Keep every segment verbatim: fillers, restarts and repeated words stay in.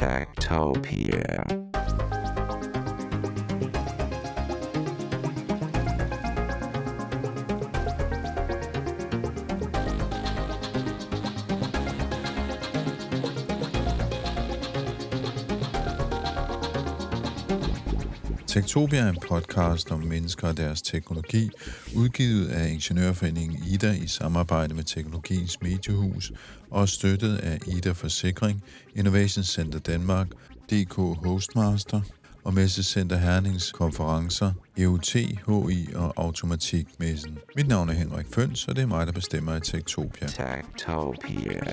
Techtopia. Techtopia er en podcast om mennesker og deres teknologi, udgivet af Ingeniørforeningen Ida i samarbejde med Teknologiens Mediehus og støttet af Ida Forsikring, Innovation Center Danmark, D K Hostmaster og Messecenter Hernings konferencer, E U T, H I og Automatikmessen. Mit navn er Henrik Føns, og det er mig, der bestemmer i Techtopia. Techtopia.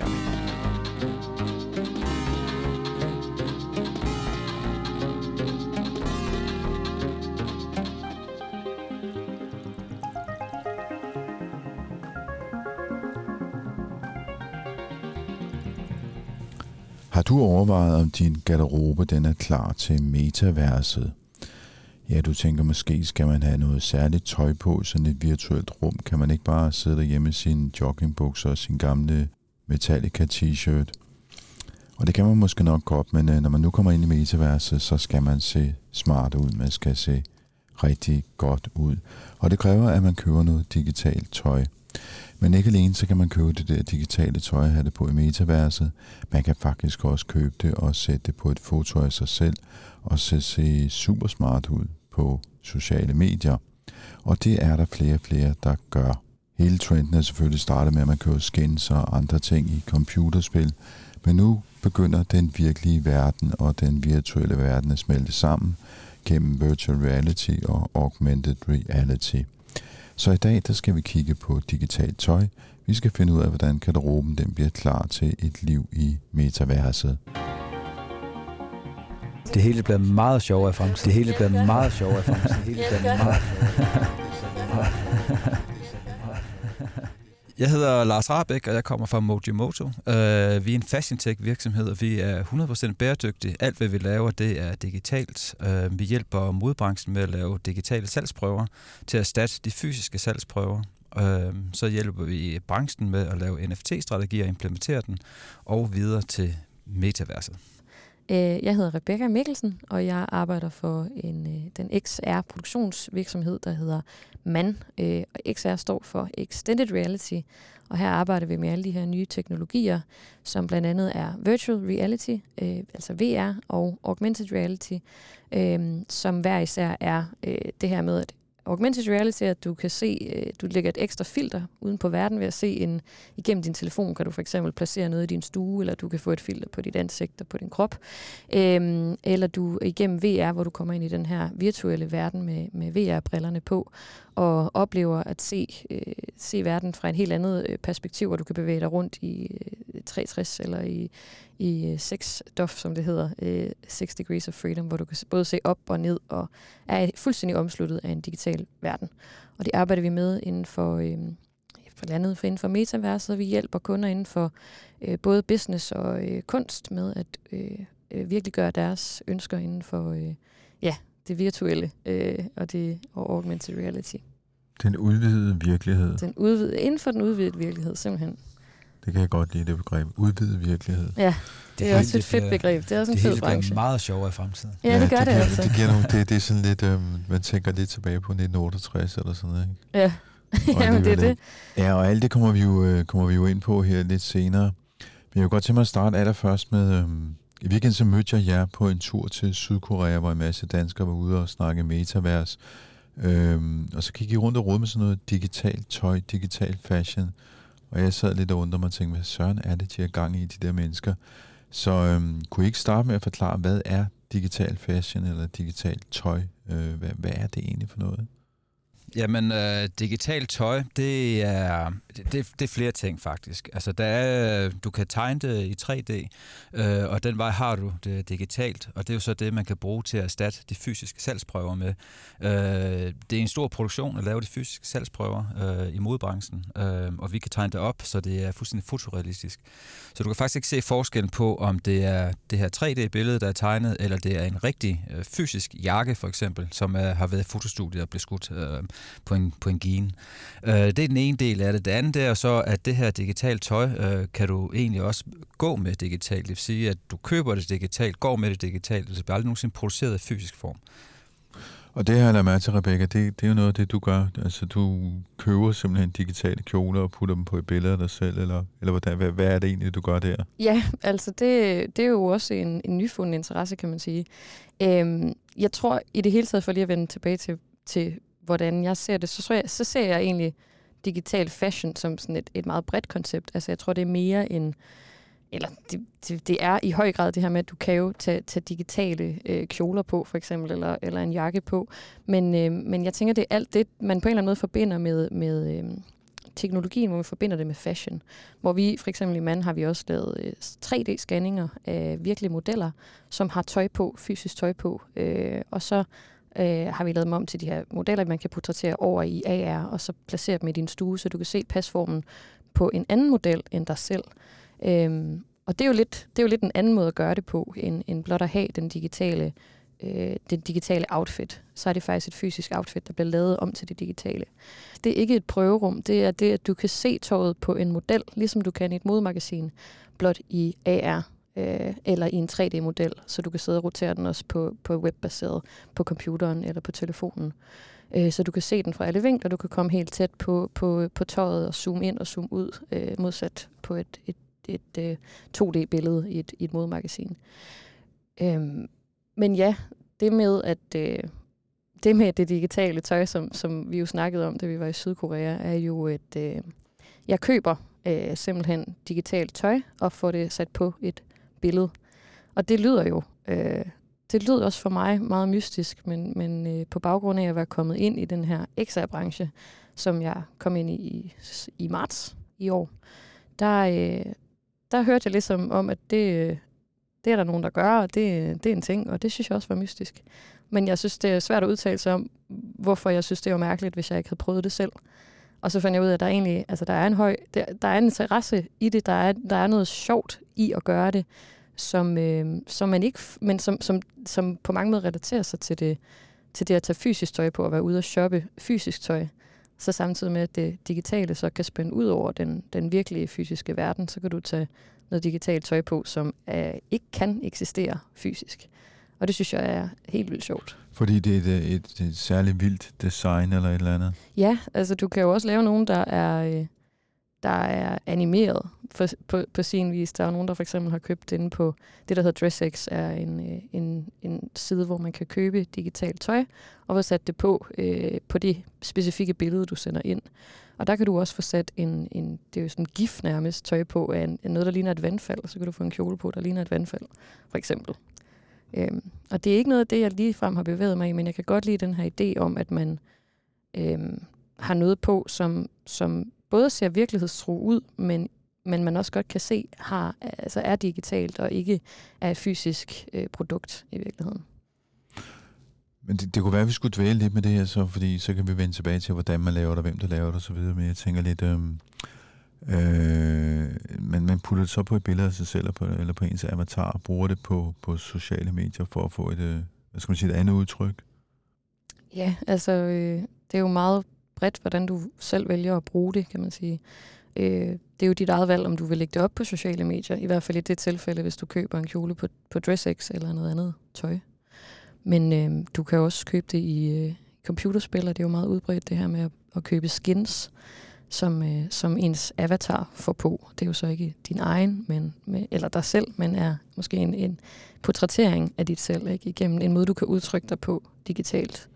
Har du overvejet, om din garderobe den er klar til metaverset? Ja, du tænker måske, skal man have noget særligt tøj på, sådan et virtuelt rum? Kan man ikke bare sidde derhjemme i sine joggingbukser og sin gamle Metallica t-shirt? Og det kan man måske nok godt, men når man nu kommer ind i metaverset, så skal man se smart ud. Man skal se rigtig godt ud. Og det kræver, at man køber noget digitalt tøj. Men ikke alene, så kan man købe det der digitale tøj og have det på i metaverset. Man kan faktisk også købe det og sætte det på et foto af sig selv, og så se super smart ud på sociale medier. Og det er der flere og flere, der gør. Hele trenden er selvfølgelig startet med, at man køber skins og andre ting i computerspil. Men nu begynder den virkelige verden og den virtuelle verden at smelte sammen gennem virtual reality og augmented reality. Så i dag, der skal vi kigge på digitalt tøj. Vi skal finde ud af, hvordan garderoben den bliver klar til et liv i metaverset. Det hele bliver meget sjovere i fremtiden. Det hele bliver meget sjovere i fremtiden. Det hele bliver meget sjovere. Jeg hedder Lars Rahbek, og jeg kommer fra Mojimoto. Uh, vi er en fashion tech virksomhed, og vi er hundrede procent bæredygtige. Alt, hvad vi laver, det er digitalt. Uh, vi hjælper modebranchen med at lave digitale salgsprøver til at erstatte de fysiske salgsprøver. Uh, så hjælper vi branchen med at lave N F T-strategier og implementere den, og videre til metaverset. Jeg hedder Rebecca Mikkelsen, og jeg arbejder for en, den X R-produktionsvirksomhed, der hedder MAN. Og X R står for Extended Reality, og her arbejder vi med alle de her nye teknologier, som blandt andet er Virtual Reality, altså V R, og Augmented Reality, som hver især er det her med, at Augmented Reality er, at du kan se, du lægger et ekstra filter uden på verden ved at se en, igennem din telefon, kan du for eksempel placere noget i din stue, eller du kan få et filter på dit ansigt og på din krop. Øhm, eller du igennem V R, hvor du kommer ind i den her virtuelle verden med, med V R-brillerne på, og oplever at se, øh, se verden fra et helt andet perspektiv, hvor du kan bevæge dig rundt i øh, tre tres eller i, i øh, seks dof, som det hedder, øh, six degrees of freedom, hvor du kan både se op og ned, og er fuldstændig omsluttet af en digital verden. Og det arbejder vi med inden for, øh, for landet, for inden for metaverset. Vi hjælper kunder inden for øh, både business og øh, kunst med at øh, øh, virkelig gøre deres ønsker inden for øh, ja, det virtuelle øh, og det og augmented reality. Den udvidede virkelighed. Den udvidede, inden for den udvidede virkelighed, simpelthen. Det kan jeg godt lide, det begreb. Udvidet virkelighed. Ja, det, det er også et fedt begreb. Det er også en fed branche. Det hele bliver meget sjovere i fremtiden. Ja, ja det gør det, det giver, altså. Det, giver nogle, det, det er sådan lidt, øhm, man tænker lidt tilbage på nitten otteogtres eller sådan noget, ikke? Ja, jamen det er det. Ja, og alt det kommer vi, jo, kommer vi jo ind på her lidt senere. Men jeg vil godt tænke mig at starte allerførst med, øhm, i weekenden så mødte jeg jer på en tur til Sydkorea, hvor en masse danskere var ude og snakke metavers. Øhm, og så gik I rundt og rode med sådan noget digitalt tøj, digital fashion. Og jeg sad lidt og undrede mig og tænkte, hvad søren er det, de har gang i, de der mennesker? Så øhm, kunne I ikke starte med at forklare, hvad er digital fashion eller digital tøj? Øh, hvad, hvad er det egentlig for noget? Jamen, øh, digitalt tøj, det er, det, det er flere ting faktisk. Altså, der er, du kan tegne det i tre D, øh, og den vej har du det digitalt, og det er jo så det, man kan bruge til at erstatte de fysiske salgsprøver med. Øh, det er en stor produktion at lave de fysiske salgsprøver øh, i modebranchen, øh, og vi kan tegne det op, så det er fuldstændig fotorealistisk. Så du kan faktisk ikke se forskellen på, om det er det her tre D-billede, der er tegnet, eller det er en rigtig øh, fysisk jakke, for eksempel, som er, har været i fotostudiet og blevet skudt. Øh, på en, på en gine. Øh, det er den ene del af det. Det andet er så, at det her digitalt tøj, øh, kan du egentlig også gå med digitalt. Det vil sige, at du køber det digitalt, går med det digitalt, det bliver aldrig nogensinde produceret i fysisk form. Og det har jeg lagt mærke til, Rebecca, det, det er jo noget af det, du gør. Altså, du køber simpelthen digitale kjoler og putter dem på et billede af dig selv, eller, eller hvordan, hvad, hvad er det egentlig, du gør der? Ja, altså det, det er jo også en, en nyfundet interesse, kan man sige. Øhm, jeg tror i det hele taget, for lige at vende tilbage til, til hvordan jeg ser det, så, så, jeg, så ser jeg egentlig digital fashion som sådan et, et meget bredt koncept. Altså jeg tror, det er mere en... Eller det, det, det er i høj grad det her med, at du kan jo tage, tage digitale øh, kjoler på, for eksempel, eller, eller en jakke på. Men, øh, men jeg tænker, det er alt det, man på en eller anden måde forbinder med, med øh, teknologien, hvor vi forbinder det med fashion. Hvor vi, for eksempel i MAN, har vi også lavet øh, tre D-scanninger af virkelige modeller, som har tøj på, fysisk tøj på. Øh, og så øh, har vi lavet dem om til de her modeller, man kan portrættere over i A R, og så placere dem i din stue, så du kan se pasformen på en anden model end dig selv. Øhm, og det er, jo lidt, det er jo lidt en anden måde at gøre det på, end, end blot at have den digitale, øh, den digitale outfit. Så er det faktisk et fysisk outfit, der bliver lavet om til det digitale. Det er ikke et prøverum, det er det, at du kan se tøjet på en model, ligesom du kan i et modemagasin, blot i A R øh, eller i en tre D-model, så du kan sidde og rotere den også på, på webbaseret, på computeren eller på telefonen. Øh, så du kan se den fra alle vinkler, du kan komme helt tæt på, på, på tøjet og zoome ind og zoome ud, øh, modsat på et, et et øh, to D-billede i et, i et modemagasin. Øhm, men ja, det med at øh, det med det digitale tøj, som, som vi jo snakkede om, da vi var i Sydkorea, er jo, at øh, jeg køber øh, simpelthen digitalt tøj og får det sat på et billede. Og det lyder jo, øh, det lyder også for mig meget mystisk, men, men øh, på baggrund af at være kommet ind i den her X R-branche, som jeg kom ind i i, i marts i år, der øh, der hørte jeg ligesom om, at det, det er der nogen, der gør, og det, det er en ting, og det synes jeg også var mystisk. Men jeg synes, det er svært at udtale sig om, hvorfor jeg synes, det var mærkeligt, hvis jeg ikke havde prøvet det selv. Og så fandt jeg ud af, at der egentlig, altså der er en høj, der, der er en interesse i det, der er, der er noget sjovt i at gøre det, som, øh, som man ikke, men som, som, som på mange måder relaterer sig til det, til det at tage fysisk tøj på og være ude og shoppe fysisk tøj. Så samtidig med, at det digitale så kan spænde ud over den, den virkelige fysiske verden, så kan du tage noget digitalt tøj på, som øh, ikke kan eksistere fysisk. Og det synes jeg er helt vildt sjovt. Fordi det er et, et, et særligt vildt design eller et eller andet? Ja, altså du kan jo også lave nogen, der er, øh, der er animeret for, på, på sin vis. Der er nogen, der for eksempel har købt inde på det, der hedder DressX, er en, en, en side, hvor man kan købe digitalt tøj, og få sat det på øh, på det specifikke billede, du sender ind. Og der kan du også få sat en, en det er jo sådan en gif nærmest tøj på, af en, noget, der ligner et vandfald, og så kan du få en kjole på, der ligner et vandfald, for eksempel. Øhm, og det er ikke noget af det, jeg ligefrem har bevæget mig i, men jeg kan godt lide den her idé om, at man øhm, har noget på, som, som både ser virkelighedstro ud, men, men man også godt kan se, har, altså er digitalt og ikke er et fysisk øh, produkt i virkeligheden. Men det, det kunne være, at vi skulle dvæle lidt med det her, så, fordi så kan vi vende tilbage til, hvordan man laver det, hvem der laver det osv. Men jeg tænker lidt, øhm, øh, man, man putter det så på et billede af sig selv, eller på, eller på ens avatar, og bruger det på, på sociale medier for at få et, øh, hvad skal man sige, et andet udtryk. Ja, altså øh, det er jo meget bredt, hvordan du selv vælger at bruge det, kan man sige. Øh, det er jo dit eget valg, om du vil lægge det op på sociale medier, i hvert fald i det tilfælde, hvis du køber en kjole på, på DressX eller noget andet tøj. Men øh, du kan også købe det i øh, computerspil, og det er jo meget udbredt det her med at, at købe skins, som, øh, som ens avatar får på. Det er jo så ikke din egen, men, med, eller dig selv, men er måske en, en portrættering af dit selv, ikke? Igennem en måde, du kan udtrykke dig på digitalt.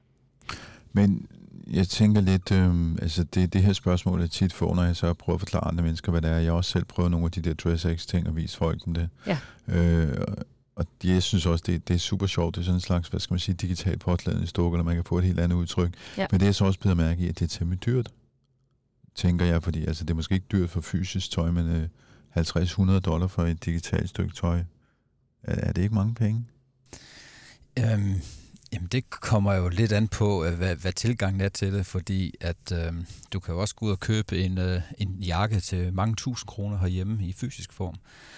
Men jeg tænker lidt, øh, altså det, det her spørgsmål, jeg tit får, når jeg så prøver at forklare andre mennesker, hvad det er. Jeg har også selv prøvet nogle af de der DressX-ting og vise folk dem det. Ja. Øh, og jeg synes også, det, det er super sjovt. Det er sådan en slags, hvad skal man sige, digital påklædende stuk, eller man kan få et helt andet udtryk. Ja. Men det er så også blevet mærke i, at det er temmelig dyrt, tænker jeg, fordi altså, det er måske ikke dyrt for fysisk tøj, men øh, halvtreds til hundrede dollar for et digitalt stykke tøj. Er, er det ikke mange penge? Øhm, Jamen, det kommer jo lidt an på, hvad, hvad tilgangen er til det, fordi at øh, du kan jo også gå ud og købe en, øh, en jakke til mange tusind kroner herhjemme i fysisk form.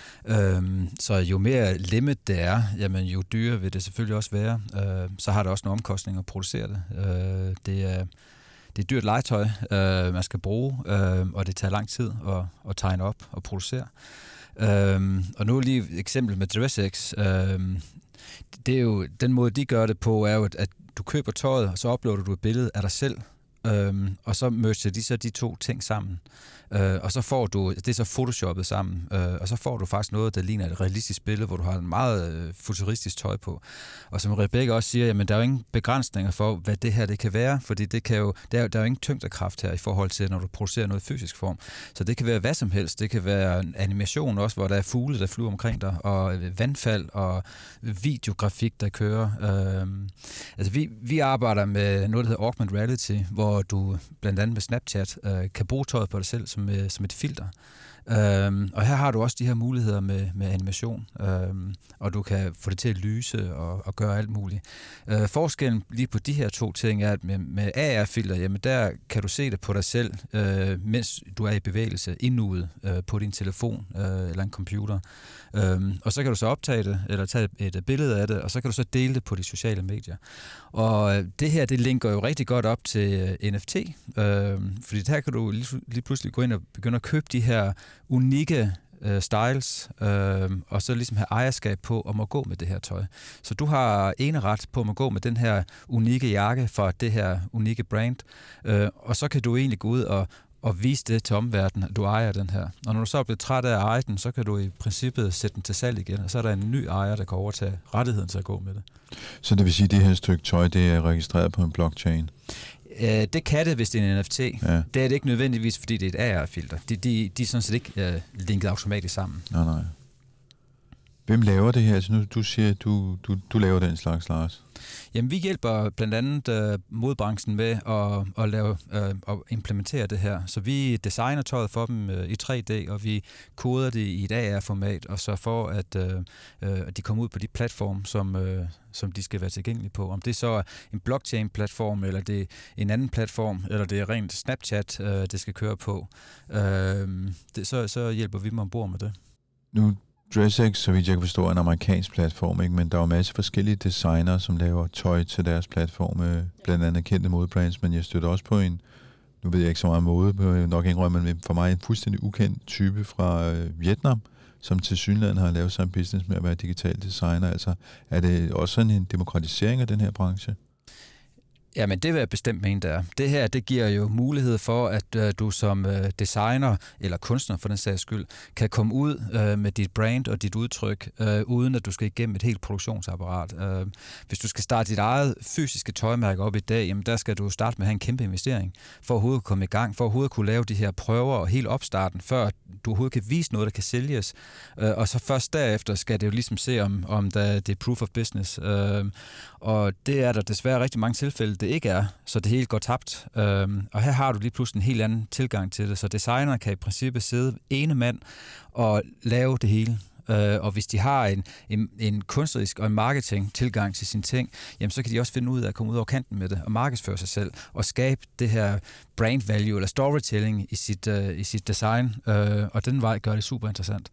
Øh, så jo mere limit det er, jamen, jo dyrere vil det selvfølgelig også være. Øh, så har det også nogle omkostninger at producere det. Øh, det er Det er dyrt legetøj, øh, man skal bruge, øh, og det tager lang tid at, at tegne op og producere. Øh, og nu lige et eksempel med DressX. Øh, det er jo, den måde, de gør det på, er jo, at du køber tøjet, og så uploader du et billede af dig selv, øh, og så merger de så de to ting sammen. Øh, og så får du, det er så photoshoppet sammen, øh, og så får du faktisk noget, der ligner et realistisk billede, hvor du har en meget øh, futuristisk tøj på. Og som Rebecca også siger, jamen der er jo ingen begrænsninger for, hvad det her det kan være, fordi det kan jo, der, er, der er jo ingen tyngdekraft her i forhold til, når du producerer noget i fysisk form. Så det kan være hvad som helst. Det kan være en animation også, hvor der er fugle, der flyver omkring dig, og vandfald, og videografik, der kører. Øh, altså vi, vi arbejder med noget, der hedder augmented reality, hvor du blandt andet med Snapchat øh, kan bruge tøjet på dig selv som, som et filter. Øhm, og her har du også de her muligheder med, med animation, øhm, og du kan få det til at lyse og, og gøre alt muligt. Øh, forskellen lige på de her to ting er, at med, med A R-filter, jamen der kan du se det på dig selv, øh, mens du er i bevægelse, indnuet øh, på din telefon øh, eller en computer. Øhm, og så kan du så optage det, eller tage et, et billede af det, og så kan du så dele det på de sociale medier. Og det her, det linker jo rigtig godt op til N F T, øh, fordi her kan du lige, lige pludselig gå ind og begynde at købe de her unikke øh, styles, øh, og så ligesom have ejerskab på at må gå med det her tøj. Så du har eneret på at må gå med den her unikke jakke fra det her unikke brand, øh, og så kan du egentlig gå ud og og vise det til omverdenen, at du ejer den her. Og når du så er blevet træt af at eje den, så kan du i princippet sætte den til salg igen, og så er der en ny ejer, der kan overtage rettigheden til at gå med det. Så det vil sige, at det her stykke tøj, det er registreret på en blockchain? Øh, det kan det, hvis det er en N F T. Ja. Det er det ikke nødvendigvis, fordi det er et A R-filter. De, de, de er sådan set ikke øh, linket automatisk sammen. Nej, nej. Hvem laver det her? Altså nu, du siger, du, du, du laver den slags, Lars. Jamen, vi hjælper blandt andet øh, modbranchen med at, at, lave, øh, at implementere det her. Så vi designer tøjet for dem øh, i tre D, og vi koder det i et A R-format, og så for, at øh, øh, de kommer ud på de platforme, som, øh, som de skal være tilgængelige på. Om det så er en blockchain-platform, eller det er en anden platform, eller det er rent Snapchat, øh, det skal køre på, øh, det, så, så hjælper vi dem ombord med det. Nu DressX, så vidt jeg kan forstå, er en amerikansk platform, ikke? Men der er jo en masse forskellige designere, som laver tøj til deres platforme, blandt andet kendte modebrands, men jeg støtter også på en, nu ved jeg ikke så meget mode, men nok indrømme, men for mig en fuldstændig ukendt type fra øh, Vietnam, som til synligheden har lavet sig en business med at være digital designer. Altså, er det også sådan en demokratisering af den her branche? Jamen, det vil jeg bestemt mene, der. Det her, det giver jo mulighed for, at øh, du som øh, designer, eller kunstner for den sags skyld, kan komme ud øh, med dit brand og dit udtryk, øh, uden at du skal igennem et helt produktionsapparat. Øh, hvis du skal starte dit eget fysiske tøjmærke op i dag, jamen der skal du starte med at have en kæmpe investering, for at overhovedet komme i gang, for at overhovedet kunne lave de her prøver og helt opstarten, før du overhovedet kan vise noget, der kan sælges. Øh, og så først derefter skal det jo ligesom se, om, om der, det er proof of business. Øh, og det er der desværre rigtig mange tilfælde, det ikke er, så det hele går tabt. Øhm, og her har du lige pludselig en helt anden tilgang til det, så designeren kan i princippet sidde ene mand og lave det hele. Øh, og hvis de har en, en, en kunstnerisk og en marketing tilgang til sine ting, jamen så kan de også finde ud af at komme ud over kanten med det og markedsføre sig selv og skabe det her brand value eller storytelling i sit, uh, i sit design, øh, og den vej gør det super interessant.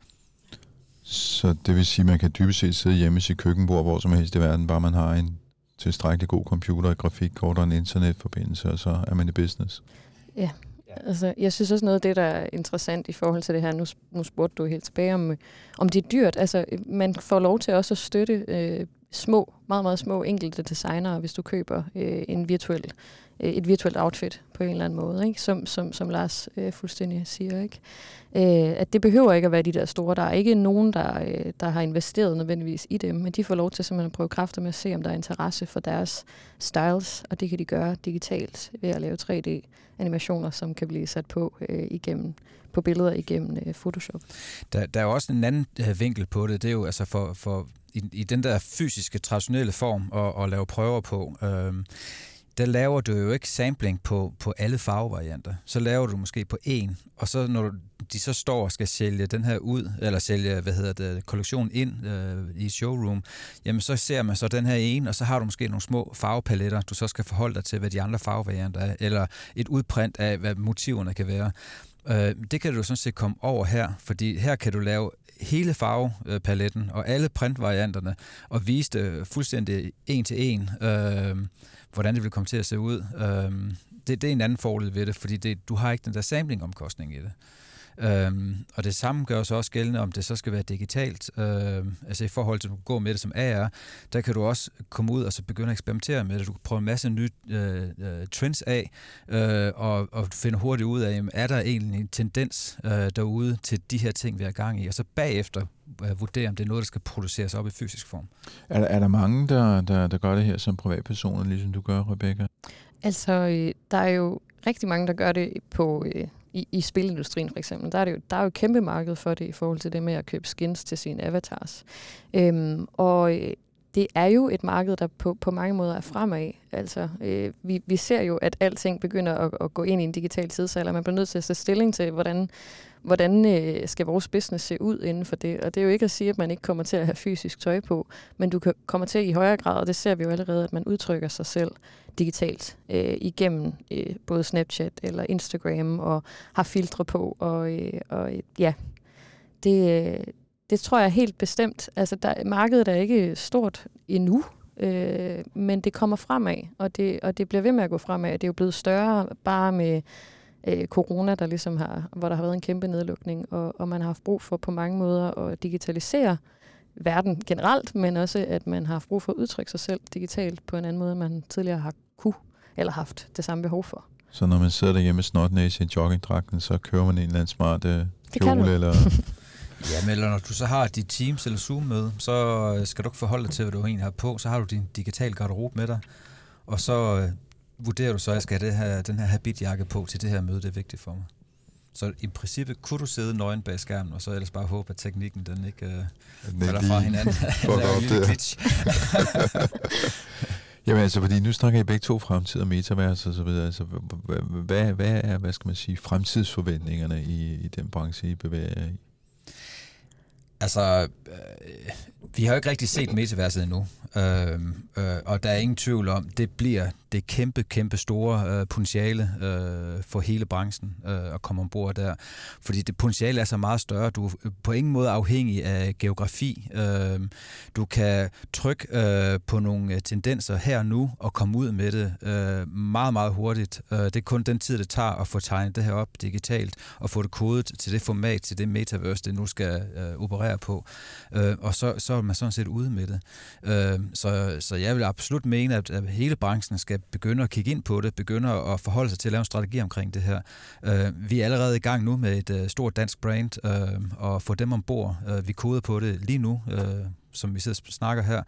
Så det vil sige, at man kan dybest set sidde hjemme i sit køkkenbord, hvor som helst i verden, bare man har en tilstrækkelig god computer, et grafikkort og en internetforbindelse, og så er man i business. Ja, altså jeg synes også noget af det, der er interessant i forhold til det her, nu, nu spurgte du helt tilbage om, om det er dyrt. Altså man får lov til også at støtte øh, små, meget, meget små enkelte designere, hvis du køber øh, en virtuel, øh, et virtuelt outfit på en eller anden måde, ikke? Som, som, som Lars øh, fuldstændig siger, ikke? Øh, at det behøver ikke at være de der store. Der er ikke nogen, der, øh, der har investeret nødvendigvis i dem, men de får lov til simpelthen at prøve kræfter med at se, om der er interesse for deres styles, og det kan de gøre digitalt ved at lave tre D-animationer, som kan blive sat på øh, igennem på billeder igennem øh, Photoshop. Der, der er jo også en anden øh, vinkel på det. Det er jo altså for, for i, i den der fysiske, traditionelle form at, at lave prøver på. Øh, der laver du jo ikke sampling på, på alle farvevarianter. Så laver du måske på én, og så når du, de så står og skal sælge den her ud, eller sælge, hvad hedder det, kollektionen ind øh, i showroom, jamen så ser man så den her ene, og så har du måske nogle små farvepaletter, du så skal forholde dig til, hvad de andre farvevarianter er, eller et udprint af, hvad motiverne kan være. Øh, det kan du sådan set komme over her, fordi her kan du lave hele farvepaletten og alle printvarianterne, og vise det fuldstændig en til en, øh, hvordan det vil komme til at se ud. Øh, det, det er en anden fordel ved det, fordi det, du har ikke den der sampling-omkostning i det. Øhm, og det samme gør så også gældende, om det så skal være digitalt. Øhm, altså i forhold til, at du går med det som A R, der kan du også komme ud og så begynde at eksperimentere med det. Du kan prøve en masse nye øh, øh, trends af, øh, og, og finde hurtigt ud af, jamen, er der egentlig en tendens øh, derude til de her ting, vi er i gang i, og så bagefter øh, vurdere, om det er noget, der skal produceres op i fysisk form. Er der, er der mange, der, der, der gør det her som privatpersoner, ligesom du gør, Rebecca? Altså, øh, der er jo rigtig mange, der gør det på... Øh I, i spilindustrien for eksempel, der er, det jo, der er jo et kæmpe marked for det i forhold til det med at købe skins til sine avatars. Øhm, og øh, det er jo et marked, der på, på mange måder er fremad. Altså, øh, vi, vi ser jo, at alting begynder at, at gå ind i en digital tidsalder. Man bliver nødt til at sætte stilling til, hvordan, hvordan øh, skal vores business se ud inden for det. Og det er jo ikke at sige, at man ikke kommer til at have fysisk tøj på, men du kan, kommer til i højere grad, og det ser vi jo allerede, at man udtrykker sig selv digitalt øh, igennem øh, både Snapchat eller Instagram og har filtre på. Og, øh, og ja, det, øh, det tror jeg helt bestemt. Altså, der, markedet er ikke stort endnu, øh, men det kommer fremad, og det, og det bliver ved med at gå fremad. Det er jo blevet større bare med øh, corona, der ligesom har, hvor der har været en kæmpe nedlukning, og, og man har haft brug for på mange måder at digitalisere verden generelt, men også at man har haft brug for at udtrykke sig selv digitalt på en anden måde, end man tidligere har kunne eller haft det samme behov for. Så når man sidder derhjemme med snotnæse i joggingdragten, så kører man en eller anden smart øh, kjole, eller... Ja, men eller når du så har dit Teams eller Zoom-møde, så skal du ikke forholde dig til, hvad du egentlig har på. Så har du din digital garderobe med dig, og så øh, vurderer du så, at jeg skal have det her, den her habitjakke på til det her møde, det er vigtigt for mig. Så i princippet kunne du sidde nøgen bag skærmen, og så ellers bare håbe, at teknikken den ikke øh, falder fra hinanden. Laver en lille glitch. Jamen altså, fordi nu snakker I begge to fremtid og metavers og så videre. Altså, hvad, hvad er, hvad skal man sige, fremtidsforventningerne i, i den branche, I bevæger jer i? Altså, øh, vi har jo ikke rigtig set metaverset endnu, øh, øh, og der er ingen tvivl om, det bliver det kæmpe, kæmpe store øh, potentiale øh, for hele branchen øh, at komme ombord der. Fordi det potentiale er så meget større. Du er på ingen måde afhængig af geografi. Øh, du kan trykke øh, på nogle tendenser her og nu og komme ud med det øh, meget, meget hurtigt. Øh, det er kun den tid, det tager at få tegnet det her op digitalt og få det kodet til det format, til det metaverse, det nu skal øh, operere på. Øh, og så, så er man sådan set ude med det. Øh, så, så jeg vil absolut mene, at, at hele branchen skal begynde at kigge ind på det, begynde at forholde sig til at lave en strategi omkring det her. Øh, vi er allerede i gang nu med et uh, stort dansk brand, øh, og få dem ombord. Øh, vi koder på det lige nu, øh, som vi sidder og snakker her.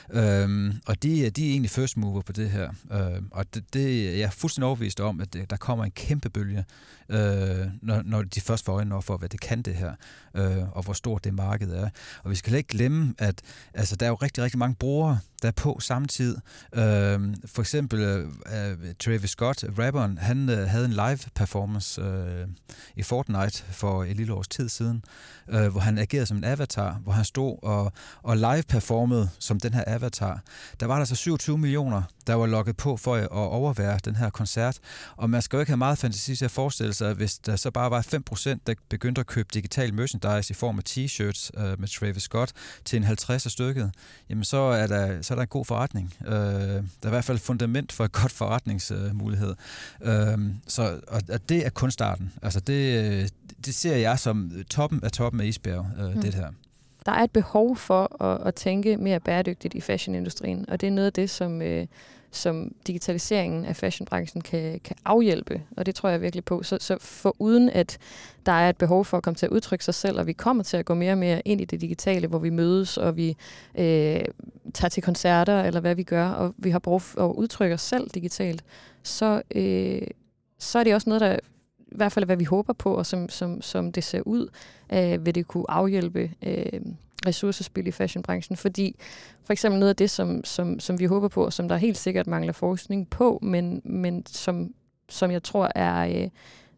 Øhm, og de, de er egentlig first mover på det her. Øhm, og det, det jeg er fuldstændig overbevist om, at det, der kommer en kæmpe bølge, øh, når, når de først får øjnene op for, hvad det kan det her, øh, og hvor stort det marked er. Og vi skal ikke glemme, at altså, der er jo rigtig, rigtig mange brugere, der er på samtidig. Øhm, for eksempel øh, Travis Scott, rapperen, han øh, havde en live performance øh, i Fortnite for et lille års tid siden, øh, hvor han agerede som en avatar, hvor han stod og, og live-performede som den her avatar. Der var der så syvogtyve millioner, der var logget på for at overvære den her koncert. Og man skal jo ikke have meget fantasi til at forestille sig, at hvis der så bare var fem procent, der begyndte at købe digital merchandise i form af t-shirts øh, med Travis Scott til en halvtreds af stykket, jamen så er der, så er der en god forretning. Øh, der er i hvert fald fundament for et godt forretningsmulighed. Øh, så, og, og det er kun starten. Altså det, det ser jeg som toppen af toppen af isbjerg, øh, mm. det her. Der er et behov for at, at tænke mere bæredygtigt i fashionindustrien, og det er noget af det, som, øh, som digitaliseringen af fashionbranchen kan, kan afhjælpe, og det tror jeg virkelig på. Så, så for uden at der er et behov for at komme til at udtrykke sig selv, og vi kommer til at gå mere og mere ind i det digitale, hvor vi mødes, og vi øh, tager til koncerter, eller hvad vi gør, og vi har brug for at udtrykke os selv digitalt, så, øh, så er det også noget, der i hvert fald hvad vi håber på, og som, som, som det ser ud, øh, vil det kunne afhjælpe øh, ressourcespil i fashionbranchen. Fordi for eksempel noget af det, som, som, som vi håber på, og som der helt sikkert mangler forskning på, men, men som, som jeg tror er, øh,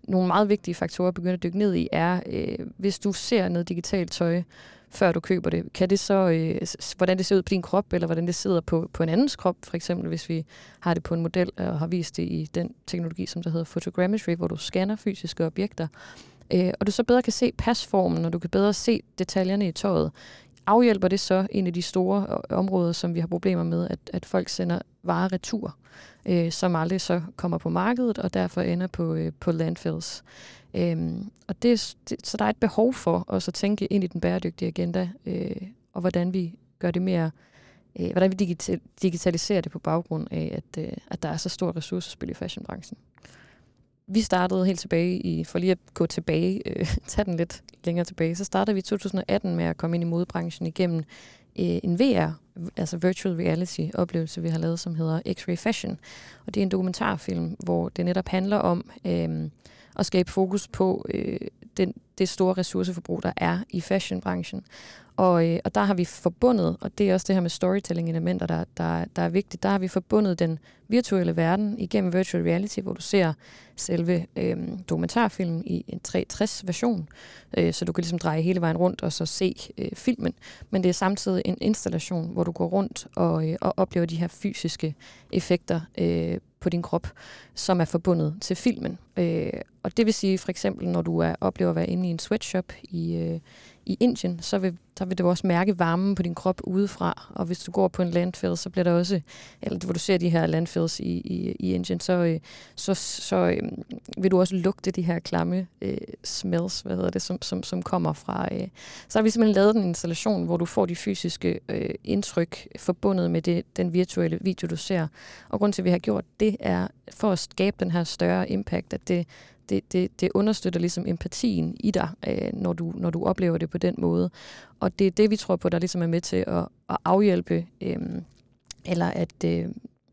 nogle meget vigtige faktorer at begynde at dykke ned i, er, øh, hvis du ser noget digitalt tøj, før du køber det, kan det så, øh, hvordan det ser ud på din krop, eller hvordan det sidder på, på en andens krop, for eksempel hvis vi har det på en model, og har vist det i den teknologi, som der hedder photogrammetry, hvor du scanner fysiske objekter, øh, og du så bedre kan se pasformen, og du kan bedre se detaljerne i tøjet. Afhjælper det så en af de store områder, som vi har problemer med, at, at folk sender varer retur, øh, som aldrig så kommer på markedet, og derfor ender på, øh, på landfills. Øhm, og det, det, så der er et behov for også at tænke ind i den bæredygtige agenda, øh, og hvordan vi gør det mere, øh, hvordan vi digital, digitaliserer det på baggrund af, at, øh, at der er så stor ressourcespil i fashionbranchen. Vi startede helt tilbage i, for lige at gå tilbage, øh, tage den lidt længere tilbage, så startede vi i to tusind og atten med at komme ind i modebranchen igennem øh, en V R, altså virtual reality oplevelse, vi har lavet, som hedder X-Ray Fashion. Og det er en dokumentarfilm, hvor det netop handler om øh, at skabe fokus på øh, den, det store ressourceforbrug, der er i fashionbranchen. Og, øh, og der har vi forbundet, og det er også det her med storytelling-elementer, der, der, der er vigtigt, der har vi forbundet den virtuelle verden igennem virtual reality, hvor du ser selve øh, dokumentarfilmen i en tre tres version, øh, så du kan ligesom dreje hele vejen rundt og så se øh, filmen. Men det er samtidig en installation, hvor du går rundt og, øh, og oplever de her fysiske effekter øh, på din krop, som er forbundet til filmen. Øh, og det vil sige for eksempel, når du er, oplever at være inde i en sweatshop i, øh, i Indien, så vil, der vil du også mærke varmen på din krop udefra. Og hvis du går på en landfill, så bliver der også, eller hvor du ser de her landfills i, i, i Indien, så, øh, så, så øh, vil du også lugte de her klamme øh, smells, hvad hedder det, som, som, som kommer fra. Øh. Så har vi simpelthen lavet en installation, hvor du får de fysiske øh, indtryk forbundet med det, den virtuelle video, du ser. Og grunden til, at vi har gjort det, er for at skabe den her større impact, at det Det, det, det understøtter ligesom empatien i dig, øh, når, du, når du oplever det på den måde. Og det er det, vi tror på, der ligesom er med til at, at afhjælpe, øh, eller at, øh,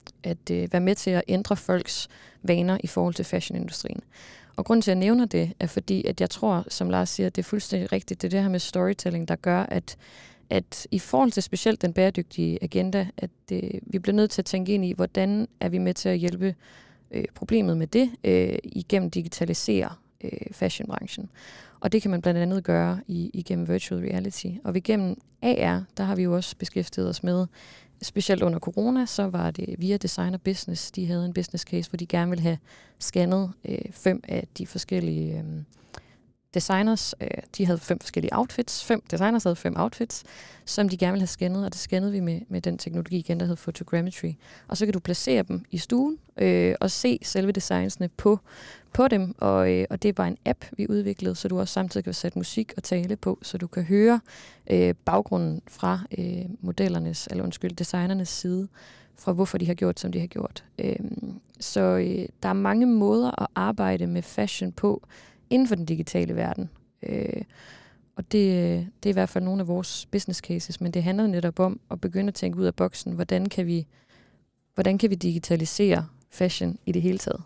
at øh, være med til at ændre folks vaner i forhold til fashionindustrien. Og grunden til, at jeg nævner det, er fordi, at jeg tror, som Lars siger, at det er fuldstændig rigtigt, det er det her med storytelling, der gør, at at i forhold til specielt den bæredygtige agenda, at øh, vi bliver nødt til at tænke ind i, hvordan er vi med til at hjælpe øh, problemet med det øh, igennem digitalisere øh, fashionbranchen. Og det kan man blandt andet gøre i, igennem virtual reality. Og igennem A R, der har vi jo også beskæftiget os med, specielt under corona, så var det via Designer Business. De havde en business case, hvor de gerne ville have scannet øh, fem af de forskellige øh, designers. Øh, de havde fem forskellige outfits. Fem designers havde fem outfits, som de gerne ville have scannet, og det scannede vi med, med den teknologi igen, der hedder photogrammetry. Og så kan du placere dem i stuen øh, og se selve designsene på, på dem, og, øh, og det er bare en app, vi udviklede, så du også samtidig kan sætte musik og tale på, så du kan høre øh, baggrunden fra øh, modellernes, eller undskyld, designernes side, fra hvorfor de har gjort, som de har gjort. Øh, så øh, der er mange måder at arbejde med fashion på, inden for den digitale verden. Øh, og det, det er i hvert fald nogle af vores business cases, men det handler netop om at begynde at tænke ud af boksen, hvordan kan vi, hvordan kan vi digitalisere fashion i det hele taget.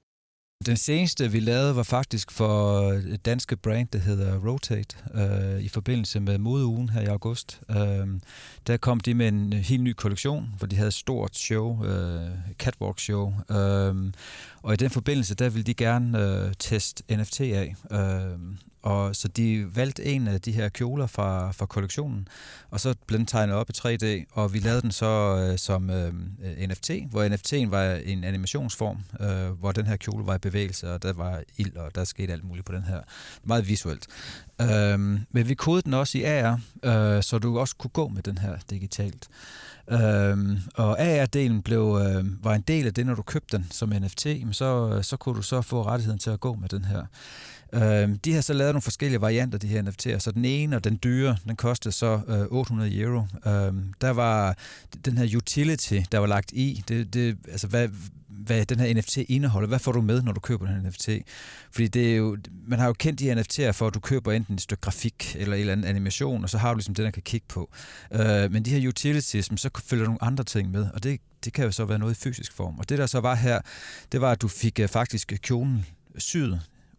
Den seneste, vi lavede, var faktisk for et danske brand, der hedder Rotate, øh, i forbindelse med modeugen her i august. Øh, der kom de med en helt ny kollektion, hvor de havde et stort show, øh, catwalk show. Øh, og i den forbindelse, der ville de gerne øh, teste N F T af. Øh, og så de valgte en af de her kjoler fra, fra kollektionen, og så blev den tegnet op i tre D, og vi lavede den så øh, som øh, N F T, hvor N F T'en var en animationsform, øh, hvor den her kjole var i bevægelse, og der var ild, og der skete alt muligt på den her. Meget visuelt. Øh, men vi kodede den også i A R, øh, så du også kunne gå med den her digitalt. Øhm, og A R-delen blev, øh, var en del af det, når du købte den som N F T, så, så kunne du så få rettigheden til at gå med den her. Øhm, de har så lavet nogle forskellige varianter, de her N F T'er, så den ene og den dyre, den kostede så øh, otte hundrede euro. Øhm, der var den her utility, der var lagt i, det, det, altså hvad, hvad den her N F T indeholder, hvad får du med, når du køber den her N F T? Fordi det er jo, man har jo kendt de her N F T'er for, at du køber enten et stykke grafik eller en eller anden animation, og så har du ligesom den, der kan kigge på. Øh, men de her utilities, så følger nogle andre ting med, og det, det kan jo så være noget i fysisk form. Og det der så var her, det var, at du fik uh, faktisk kjolen syet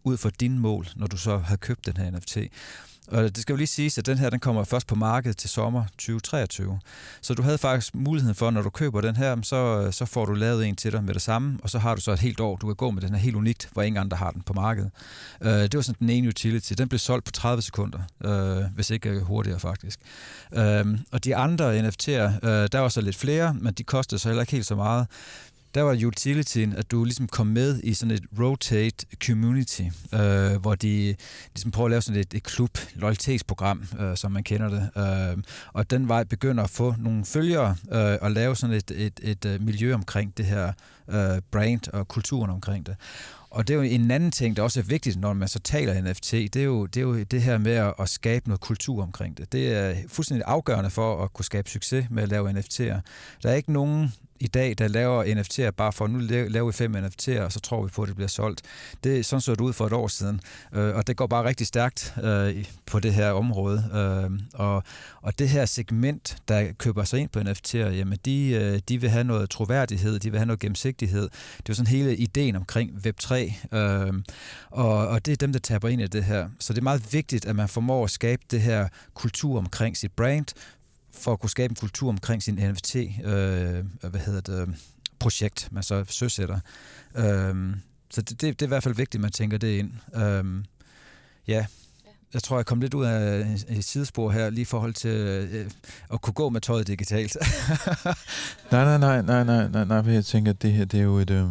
ud for dine mål, når du så har købt den her N F T. Og det skal jo lige siges, at den her den kommer først på markedet til sommer tyve treogtyve. Så du havde faktisk muligheden for, når du køber den her, så, så får du lavet en til dig med det samme, og så har du så et helt år, du kan gå med den her helt unikt, hvor ingen andre har den på markedet. Uh, det var sådan den ene utility. Den blev solgt på tredive sekunder, uh, hvis ikke hurtigere faktisk. Uh, og de andre N F T'er, uh, der var så lidt flere, men de kostede så heller ikke helt så meget. Der var utilityen, at du ligesom kom med i sådan et rotate community, øh, hvor de ligesom prøver at lave sådan et, et klub, loyalitetsprogram, øh, som man kender det. Øh, og den vej begynder at få nogle følgere øh, og lave sådan et, et, et, et miljø omkring det her øh, brand og kulturen omkring det. Og det er jo en anden ting, der også er vigtigt, når man så taler N F T, det er jo det, er jo det her med at, at skabe noget kultur omkring det. Det er fuldstændig afgørende for at kunne skabe succes med at lave N F T'er. Der er ikke nogen i dag, der laver N F T'er bare for, nu laver vi fem N F T'er, og så tror vi på, at det bliver solgt. Det er sådan så det ud for et år siden, øh, og det går bare rigtig stærkt øh, på det her område. Øh, og, og det her segment, der køber sig ind på N F T'er, jamen de, øh, de vil have noget troværdighed, de vil have noget gennemsigtighed. Det er jo sådan hele ideen omkring web tre, øh, og, og det er dem, der taber ind i det her. Så det er meget vigtigt, at man formår at skabe det her kultur omkring sit brand, for at kunne skabe en kultur omkring sin N F T, øh, hvad hedder det, projekt, man så søsætter. Øh, så det, det, det er i hvert fald vigtigt, at man tænker det ind. Øh, ja, jeg tror, jeg kom lidt ud af et sidespor her, lige i forhold til øh, at kunne gå med tøjet digitalt. nej, nej, nej, nej, nej, nej, nej, jeg tænker, at det her, det er jo et... Øh...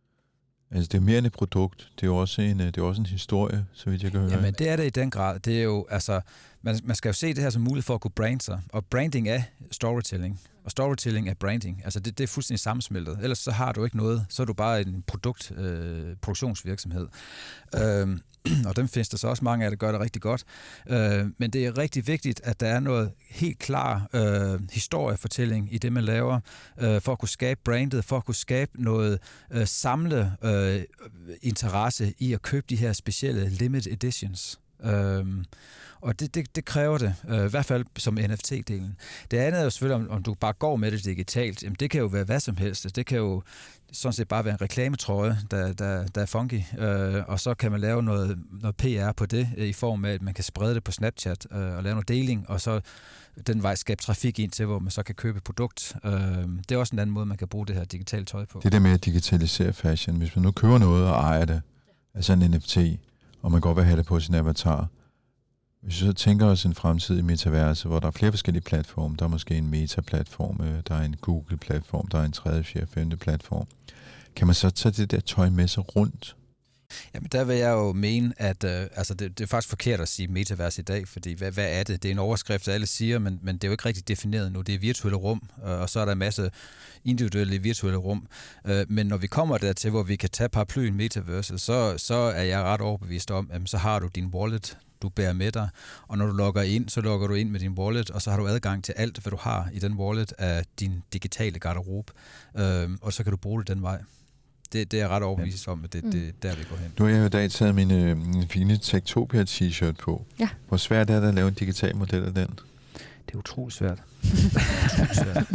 Altså, det er mere end et produkt. Det er jo også en, det er også en historie, så vidt jeg kan høre. Jamen, det er det i den grad. Det er jo, altså, man, man skal jo se det her som mulighed for at kunne brande sig. Og branding er storytelling. Og storytelling er branding. Altså, det, det er fuldstændig sammensmeltet. Ellers så har du ikke noget. Så er du bare en produkt, øh, produktionsvirksomhed. Øhm, og dem findes der så også mange af, der gør det rigtig godt. Øh, men det er rigtig vigtigt, at der er noget helt klar øh, historiefortælling i det, man laver, øh, for at kunne skabe brandet, for at kunne skabe noget øh, samle øh, interesse i at købe de her specielle limited editions. Øh, og det, det, det kræver det, øh, i hvert fald som N F T-delen. Det andet er jo selvfølgelig, om, om du bare går med det digitalt. Jamen, det kan jo være hvad som helst. Det kan jo sådan set bare være en reklametrøje, der, der, der er funky, øh, og så kan man lave noget, noget P R på det, øh, i form af, at man kan sprede det på Snapchat øh, og lave noget deling, og så den vej skabe trafik ind til, hvor man så kan købe et produkt. Øh, det er også en anden måde, man kan bruge det her digitale tøj på. Det der med at digitalisere fashion, hvis man nu køber noget og ejer det, altså en N F T, og man godt vil have det på sin avatar, hvis vi så tænker os en fremtid i metaverse, hvor der er flere forskellige platforme, der er måske en Meta-platform, der er en Google-platform, der er en tredje, fjerde, femte platform. Kan man så tage det der tøj med sig rundt? Jamen der vil jeg jo mene, at øh, altså det, det er faktisk forkert at sige metaverse i dag, fordi hvad, hvad er det? Det er en overskrift, alle siger, men, men det er jo ikke rigtig defineret nu. Det er virtuelle rum, øh, og så er der en masse individuelle virtuelle rum. Øh, men når vi kommer dertil, hvor vi kan tage paraplyen metaverse, så, så er jeg ret overbevist om, at så har du din wallet, du bærer med dig, og når du logger ind, så logger du ind med din wallet, og så har du adgang til alt, hvad du har i den wallet af din digitale garderobe, øh, og så kan du bruge det den vej. Det, det er jeg ret overbevist om, at det er mm. der, vi går hen. Nu har jeg jo i dag taget min, øh, min fine Techtopia t-shirt på. Ja. Hvor svært er det at lave en digital model af den? Det er utroligt svært. utroligt svært.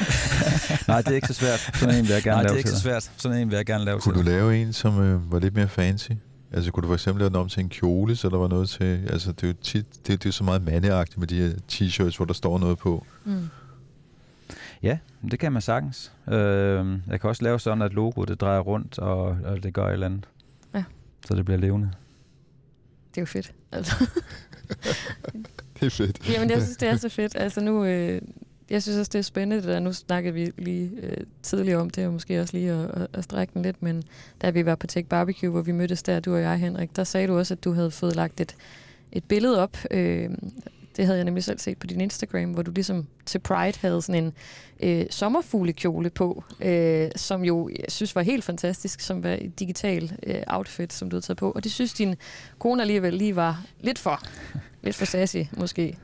Nej, det er ikke så svært. Sådan en vil jeg gerne Nej, lave. Nej, det er ikke så svært. Sådan en vil jeg gerne lave. Kunne til. Du lave en, som øh, var lidt mere fancy? Altså, kunne du for eksempel lave den om til en kjole, så der var noget til... Altså, det er jo, tit, det, det er jo så meget mandeagtigt med de her t-shirts, hvor der står noget på. Mm. Ja, det kan man sagtens. Øh, jeg kan også lave sådan, at logoet det drejer rundt, og, og det gør et eller andet. Ja. Så det bliver levende. Det er jo fedt, altså. Det er fedt. Jamen, jeg synes, det er så fedt. Altså nu... Øh, jeg synes også, det er spændende, det der. Nu snakkede vi lige øh, tidligere om det, og måske også lige at, at, at strække den lidt, men da vi var på Tech Barbecue, hvor vi mødtes der, du og jeg, Henrik, der sagde du også, at du havde fået lagt et, et billede op. Øh, det havde jeg nemlig selv set på din Instagram, hvor du ligesom til Pride havde sådan en øh, sommerfuglekjole på, øh, som jo, jeg synes, var helt fantastisk, som var et digital øh, outfit, som du havde taget på. Og det synes din kone alligevel lige var lidt for... Lidt for sassy, måske.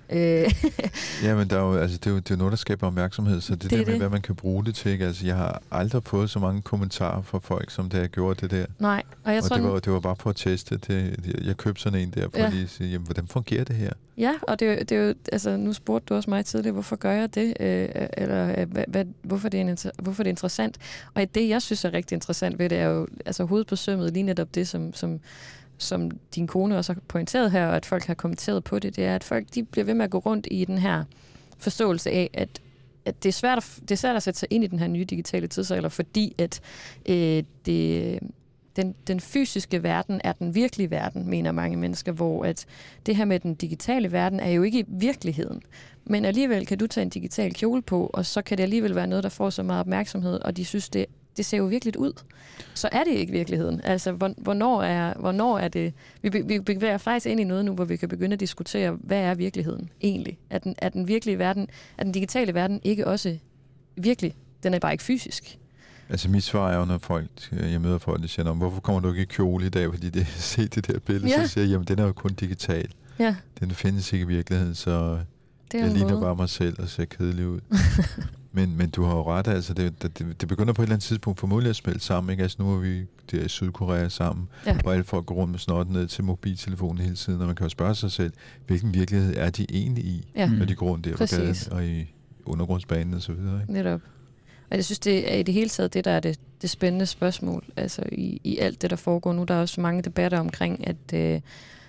Ja, men der er jo, altså, det, er jo, det er noget, der skaber opmærksomhed, så det, det der med, det. Hvad man kan bruge det til. Ikke? Altså, jeg har aldrig fået så mange kommentarer fra folk, som da jeg gjorde det der. Nej, og jeg og tror... det var, det var bare for at teste det. Jeg købte sådan en der, for ja. Lige at sige, jamen, hvordan fungerer det her? Ja, og det er, det er jo, altså, nu spurgte du også mig tidligere, hvorfor gør jeg det? Øh, eller hvad, hvad, hvorfor, det er en, hvorfor det er interessant? Og det, jeg synes er rigtig interessant ved det, er jo altså hovedet på sømmet, lige netop det, som... som som din kone også har pointeret her, og at folk har kommenteret på det, det er, at folk de bliver ved med at gå rundt i den her forståelse af, at, at det, er svært at, det er svært at sætte sig ind i den her nye digitale tidsalder, fordi at øh, det, den, den fysiske verden er den virkelige verden, mener mange mennesker, hvor at det her med den digitale verden er jo ikke virkeligheden. Men alligevel kan du tage en digital kjole på, og så kan det alligevel være noget, der får så meget opmærksomhed, og de synes, det, det ser jo virkelig ud. Så er det ikke virkeligheden. Altså, hvornår er, hvornår er det... Vi, vi bevæger faktisk ind i noget nu, hvor vi kan begynde at diskutere, hvad er virkeligheden egentlig? Er den, er den virkelige verden, er den digitale verden ikke også virkelig? Den er bare ikke fysisk. Altså mit svar er jo, når folk, jeg møder folk, der siger, hvorfor kommer du ikke i kjole i dag? Fordi det se det der billede, ja. Så siger jeg, jamen den er jo kun digital. Ja. Den findes ikke i virkeligheden, så det jeg ligner måde. Bare mig selv og ser kedelig ud. men, men du har jo ret, altså det, det, det begynder på et eller andet tidspunkt formodentlig at smelte sammen, ikke? Altså nu er vi der i Sydkorea sammen, ja. Hvor alle folk går rundt med snotten ned til mobiltelefonen hele tiden, og man kan jo spørge sig selv, hvilken virkelighed er de egentlig i, ja. Når de går rundt der på gaden og i undergrundsbanen og så videre, ikke? Netop. Og jeg synes, det er i det hele taget det, der er det, det spændende spørgsmål, altså i, i alt det, der foregår nu. Der er også mange debatter omkring, at, øh,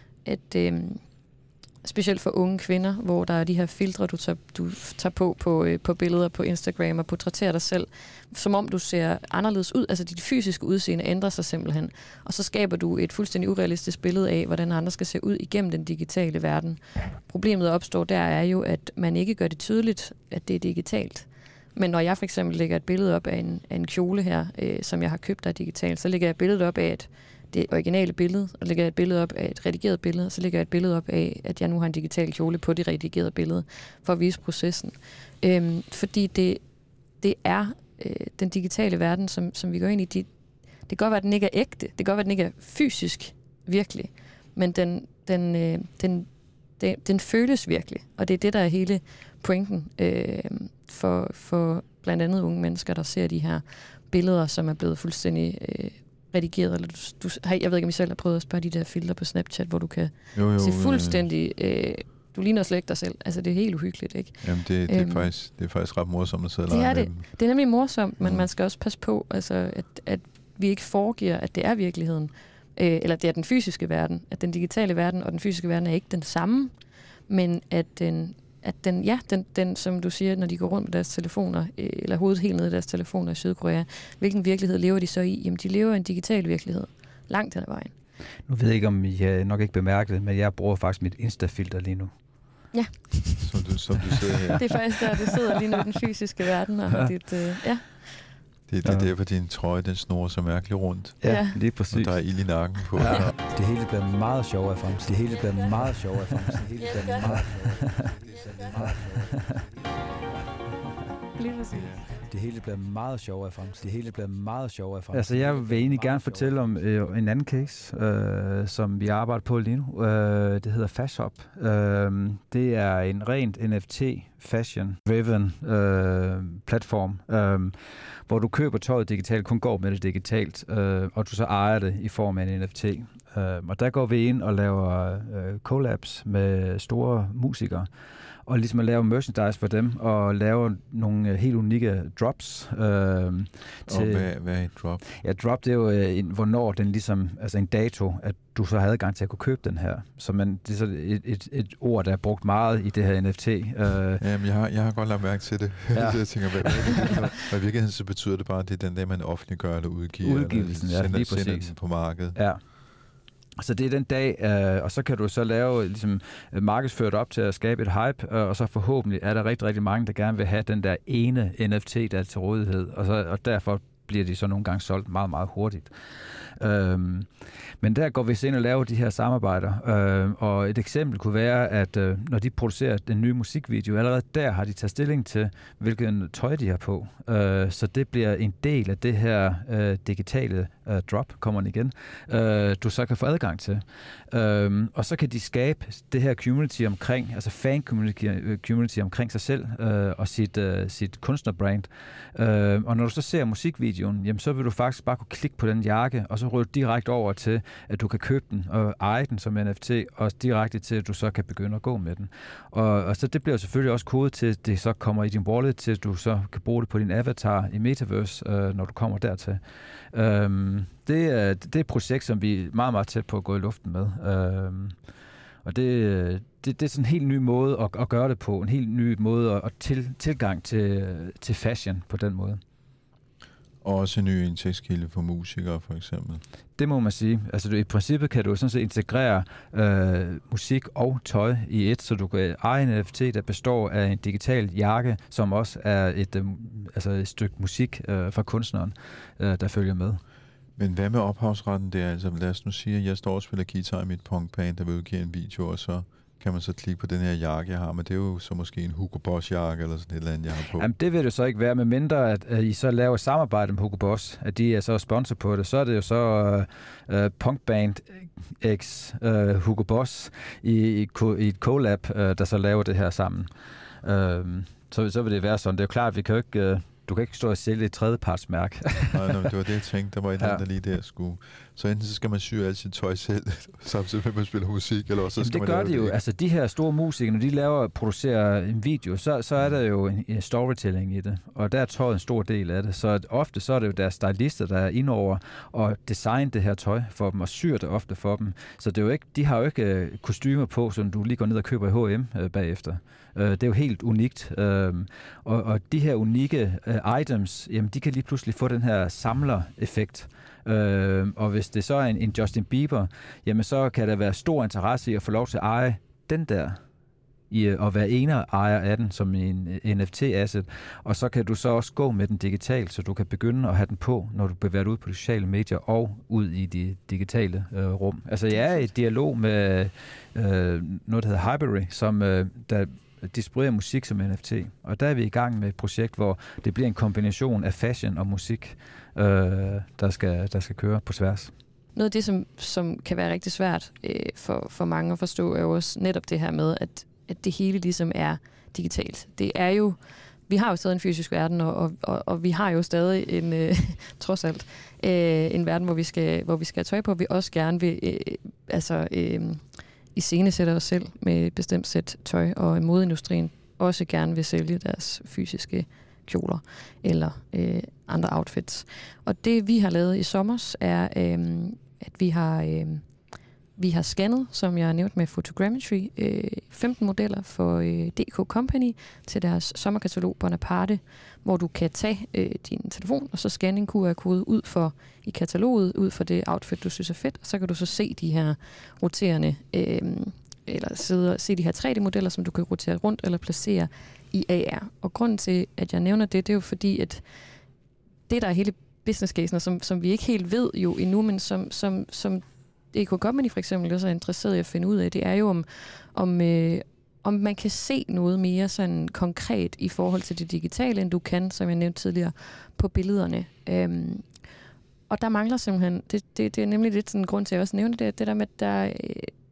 at øh, specielt for unge kvinder, hvor der er de her filtre, du tager, du tager på på, øh, på billeder på Instagram og portrætterer dig selv, som om du ser anderledes ud. Altså dit fysiske udseende ændrer sig simpelthen. Og så skaber du et fuldstændig urealistisk billede af, hvordan andre skal se ud igennem den digitale verden. Problemet, der opstår der, er jo, at man ikke gør det tydeligt, at det er digitalt. Men når jeg for eksempel lægger et billede op af en, af en kjole her, øh, som jeg har købt der digitalt, så lægger jeg et billede op af et, det originale billede, og lægger jeg et billede op af et redigeret billede, og så lægger jeg et billede op af, at jeg nu har en digital kjole på det redigerede billede, for at vise processen. Øhm, fordi det, det er øh, den digitale verden, som, som vi går ind i. De, det kan godt være, at den ikke er ægte, det kan godt være, at den ikke er fysisk virkelig, men den, den, øh, den, den, den føles virkelig, og det er det, der er hele pointen øh, for, for blandt andet unge mennesker, der ser de her billeder, som er blevet fuldstændig øh, redigeret. Eller du, du, jeg ved ikke, om I selv har prøvet at spørge de der filter på Snapchat, hvor du kan jo, jo, se fuldstændig... Øh, du ligner slet ikke dig selv. Altså, det er helt uhyggeligt, ikke? Jamen, det, det, er, øhm, faktisk, det er faktisk ret morsomt at sidde og lege med dem. Det er nemlig morsomt, men mm. man skal også passe på, altså, at, at vi ikke foregiver, at det er virkeligheden. Øh, eller det er den fysiske verden. At den digitale verden og den fysiske verden er ikke den samme, men at den... at den, ja, den, den, som du siger, når de går rundt med deres telefoner, øh, eller hovedet helt nede i deres telefoner i Sydkorea, hvilken virkelighed lever de så i? Jamen, de lever i en digital virkelighed. Langt hen ad vejen. Nu ved jeg ikke, om I nok ikke bemærket det, men jeg bruger faktisk mit Insta-filter lige nu. Ja. Som du, som du sidder her. Det er faktisk der, du sidder lige nu i den fysiske verden, og har dit, øh, ja. Det, det er derfor, din trøje, den snor så mærkeligt rundt. Ja, lige præcis. Og der er ild i nakken på. Ja. Det hele bliver meget sjovere frem. Det hele bliver meget sjovere frem. Det hele bliver meget sjovere. Lige præcis. Det hele bliver meget sjovere frem. Det hele bliver meget sjovere frem. Altså, jeg vil egentlig gerne fortælle om øh, en anden case, øh, som vi arbejder på lige nu. Øh, det hedder Fashop. Øh, det er en rent N F T fashion-driven øh, platform, øh, hvor du køber tøjet digitalt, kun går med det digitalt, øh, og du så ejer det i form af en N F T. Øh, og der går vi ind og laver øh, collabs med store musikere, og ligesom at lave merchandise for dem, og lave nogle helt unikke drops. Øh, til, og hvad, hvad er et drop? Ja, drop, det er jo en, hvornår den ligesom, altså en dato, at du så har adgang til at kunne købe den her. Så man, det er så et, et, et ord, der er brugt meget i det her N F T. Øh, Jamen, jeg har, jeg har godt lagt mærke til det. Ja. Så jeg tænker, hvad, hvad er det? Og i virkeligheden så betyder det bare, at det er den der, man offentliggør eller udgiver. Udgivelsen, eller sender, ja, lige præcis. Sender den på markedet. Ja. Så det er den dag, øh, og så kan du så lave ligesom, markedsført op til at skabe et hype, øh, og så forhåbentlig er der rigtig, rigtig mange, der gerne vil have den der ene N F T, der er til rådighed, og, så, og derfor bliver de så nogle gange solgt meget, meget hurtigt. Øhm, men der går vi så ind og laver de her samarbejder, øhm, og et eksempel kunne være, at øh, når de producerer den nye musikvideo, allerede der har de taget stilling til, hvilken tøj de har på. Øh, så det bliver en del af det her øh, digitale øh, drop, kommer den igen, øh, du så kan få adgang til. Øh, og så kan de skabe det her community omkring, altså fan-community community omkring sig selv øh, og sit, øh, sit kunstnerbrand. Øh, og når du så ser musikvideo, videoen, jamen så vil du faktisk bare kunne klikke på den jakke, og så ryger du direkte over til, at du kan købe den og eje den som N F T, og direkte til, at du så kan begynde at gå med den. Og, og så det bliver selvfølgelig også kodet til, at det så kommer i din wallet, til at du så kan bruge det på din avatar i Metaverse, øh, når du kommer dertil. Øhm, det, er, det er et projekt, som vi er meget, meget tæt på at gå i luften med. Øhm, og det, det, det er sådan en helt ny måde at, at gøre det på, en helt ny måde at, at til, tilgang til, til fashion på den måde. Og også en ny indtægtskilde for musikere, for eksempel. Det må man sige. Altså du, i princippet kan du sådan set integrere øh, musik og tøj i et, så du kan eje en N F T, der består af en digital jakke, som også er et, øh, altså et stykke musik øh, fra kunstneren, øh, der følger med. Men hvad med ophavsretten der? Altså lad os nu sige, at jeg står og spiller guitar i mit punkband, der vil udgive en video, og så kan man så klikke på den her jakke, jeg har, men det er jo så måske en Hugo Boss jakke eller sådan et eller andet, jeg har på. Jamen det vil det så ikke være, med mindre at, at I så laver samarbejde med Hugo Boss, at de er så sponsor på det, så er det jo så uh, punkband x uh, Hugo Boss i, i, i et collab, uh, der så laver det her sammen. Uh, så, så vil det være sådan. Det er jo klart, at vi kan jo ikke... Uh, Du kan ikke stå og sælge et tredjepartsmærke. Nej, nej, det var det, jeg tænkte. Der var et eller andet, der lige der skulle... Så enten så skal man sy alt sit tøj selv, samtidig med at man spiller musik, eller også så skal det man gør lave de jo. det. Altså, de her store musikere, når de laver producerer en video, så, så er der jo en, en storytelling i det. Og der er tøjet en stor del af det. Så ofte så er det jo deres stylister, der er inde over og designer det her tøj for dem, og syr det ofte for dem. Så det er jo ikke, de har jo ikke uh, kostymer på, som du lige går ned og køber i H og M uh, bagefter. Uh, det er jo helt unikt. Uh, og, og de her unikke uh, items, jamen, de kan lige pludselig få den her samler-effekt. Øh, og hvis det så er en, en Justin Bieber, jamen så kan der være stor interesse i at få lov til at eje den der, i at være ene ejer af den som en N F T-asset, og så kan du så også gå med den digitalt, så du kan begynde at have den på, når du bevæger dig ud på de sociale medier og ud i de digitale øh, rum. Altså jeg er i dialog med øh, noget, der hedder Hypery, som øh, der distribuerer musik som N F T, og der er vi i gang med et projekt, hvor det bliver en kombination af fashion og musik, øh, der, skal, der skal køre på tværs. Noget af det, som, som kan være rigtig svært øh, for, for mange at forstå, er jo også netop det her med, at, at det hele ligesom er digitalt. Det er jo, vi har jo stadig en fysisk verden, og, og, og vi har jo stadig en, øh, trods alt, øh, en verden, hvor vi skal, hvor vi skal have tøj på, og vi også gerne vil, øh, altså, øh, iscenesætter os selv med et bestemt sæt tøj, og modeindustrien også gerne vil sælge deres fysiske kjoler eller øh, andre outfits. Og det vi har lavet i sommers er, øh, at vi har, øh, vi har scannet, som jeg nævnte med Photogrammetry, øh, femten modeller for øh, D K Company til deres sommerkatalog Bonaparte, hvor du kan tage øh, din telefon og så scanne en Q R-kode ud for i kataloget, ud for det outfit, du synes er fedt, og så kan du så se de her roterende, øh, eller sidde og se de her tre D-modeller, som du kan rotere rundt eller placere i A R. Og grunden til, at jeg nævner det, det er jo fordi, at det der er hele business casen, som, som vi ikke helt ved jo endnu, men som, som, som D K Company for eksempel også er interesseret i at finde ud af, det er jo om, om, øh, om man kan se noget mere sådan konkret i forhold til det digitale, end du kan, som jeg nævnte tidligere, på billederne. Øhm, og der mangler simpelthen, det, det, det er nemlig lidt sådan en grund til, at jeg også nævnte det, det der med, at der, øh,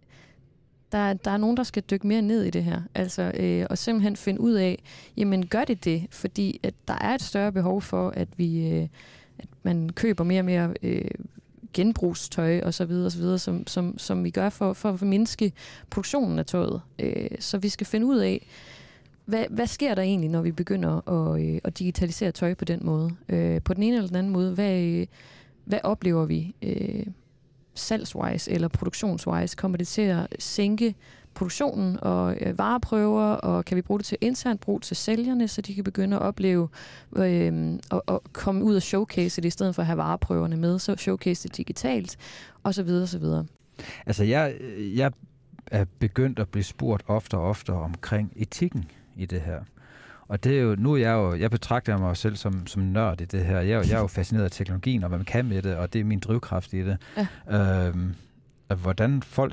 der, der er nogen, der skal dykke mere ned i det her, altså, øh, og simpelthen finde ud af, jamen gør det det, fordi at der er et større behov for, at vi, øh, at man køber mere og mere øh, genbrugstøj og så videre, og så videre som, som, som vi gør for, for at mindske produktionen af tøjet. Øh, så vi skal finde ud af, hvad, hvad sker der egentlig, når vi begynder at, øh, at digitalisere tøj på den måde? Øh, på den ene eller den anden måde, hvad, øh, hvad oplever vi øh, salgswise eller produktionswise? Kommer det til at sænke produktionen og øh, vareprøver, og kan vi bruge det til internt brug til sælgerne, så de kan begynde at opleve øh, og, og komme ud og showcase det, i stedet for at have vareprøverne med, så showcase det digitalt, og så videre, og så videre. Altså, jeg, jeg er begyndt at blive spurgt oftere og oftere omkring etikken i det her. Og det er jo, nu er jeg jo, jeg betragter mig selv som, som nørd i det her. Jeg, jeg er jo fascineret af teknologien, og hvad man kan med det, og det er min drivkraft i det. Ja. Øhm, hvordan folk så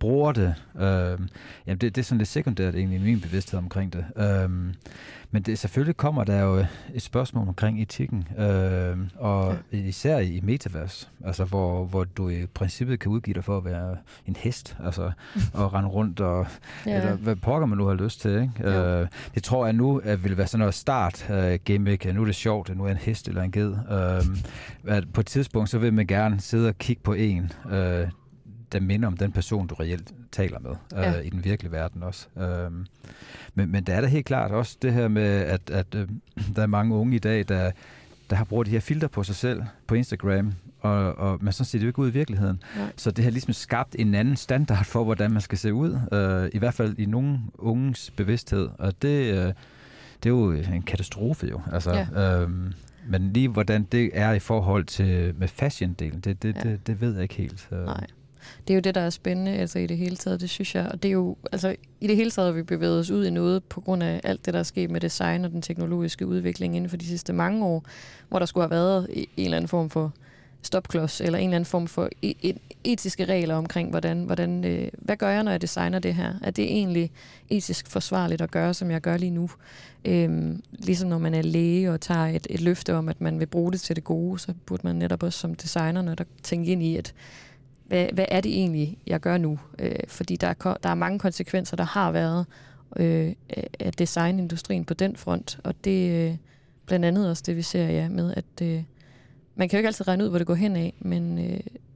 bruger det, øh, jamen det, det er sådan lidt sekundært egentlig i min bevidsthed omkring det. Øh, men det, selvfølgelig kommer der jo et spørgsmål omkring etikken, øh, og ja. især i metaverse, altså hvor, hvor du i princippet kan udgive dig for at være en hest, altså og rende rundt, og, ja. eller hvad pokker man nu har lyst til. Ikke? Øh, det tror jeg nu at vil være sådan noget start uh, gimmick, nu er det sjovt, at nu er en hest eller en ged. Øh, at på et tidspunkt, så vil man gerne sidde og kigge på en, øh, der minder om den person, du reelt taler med ja. øh, i den virkelige verden også. Øhm, men, men der er da helt klart også det her med, at, at øh, der er mange unge i dag, der, der har brugt de her filter på sig selv på Instagram, og, og man sådan ser det jo ikke ud i virkeligheden. Ja. Så det har ligesom skabt en anden standard for, hvordan man skal se ud, øh, i hvert fald i nogle unges bevidsthed, og det, øh, det er jo en katastrofe jo. Altså, ja. øhm, men lige hvordan det er i forhold til med fashion-delen, det, det, ja. det, det ved jeg ikke helt. Nej. Det er jo det, der er spændende, altså i det hele taget, det synes jeg. Og det er jo, altså i det hele taget har vi bevæget os ud i noget på grund af alt det, der er sket med design og den teknologiske udvikling inden for de sidste mange år, hvor der skulle have været en eller anden form for stopklods, eller en eller anden form for et, etiske regler omkring, hvordan, hvordan, øh, hvad gør jeg, når jeg designer det her? Er det egentlig etisk forsvarligt at gøre, som jeg gør lige nu? Øhm, ligesom når man er læge og tager et, et løfte om, at man vil bruge det til det gode, så burde man netop også som designer, når der tænker ind i, at Hvad, hvad er det egentlig, jeg gør nu? Øh, fordi der er, der er mange konsekvenser, der har været øh, af designindustrien på den front, og det er øh, blandt andet også det, vi ser ja, med, at øh, man kan jo ikke altid regne ud, hvor det går hen af, men, øh,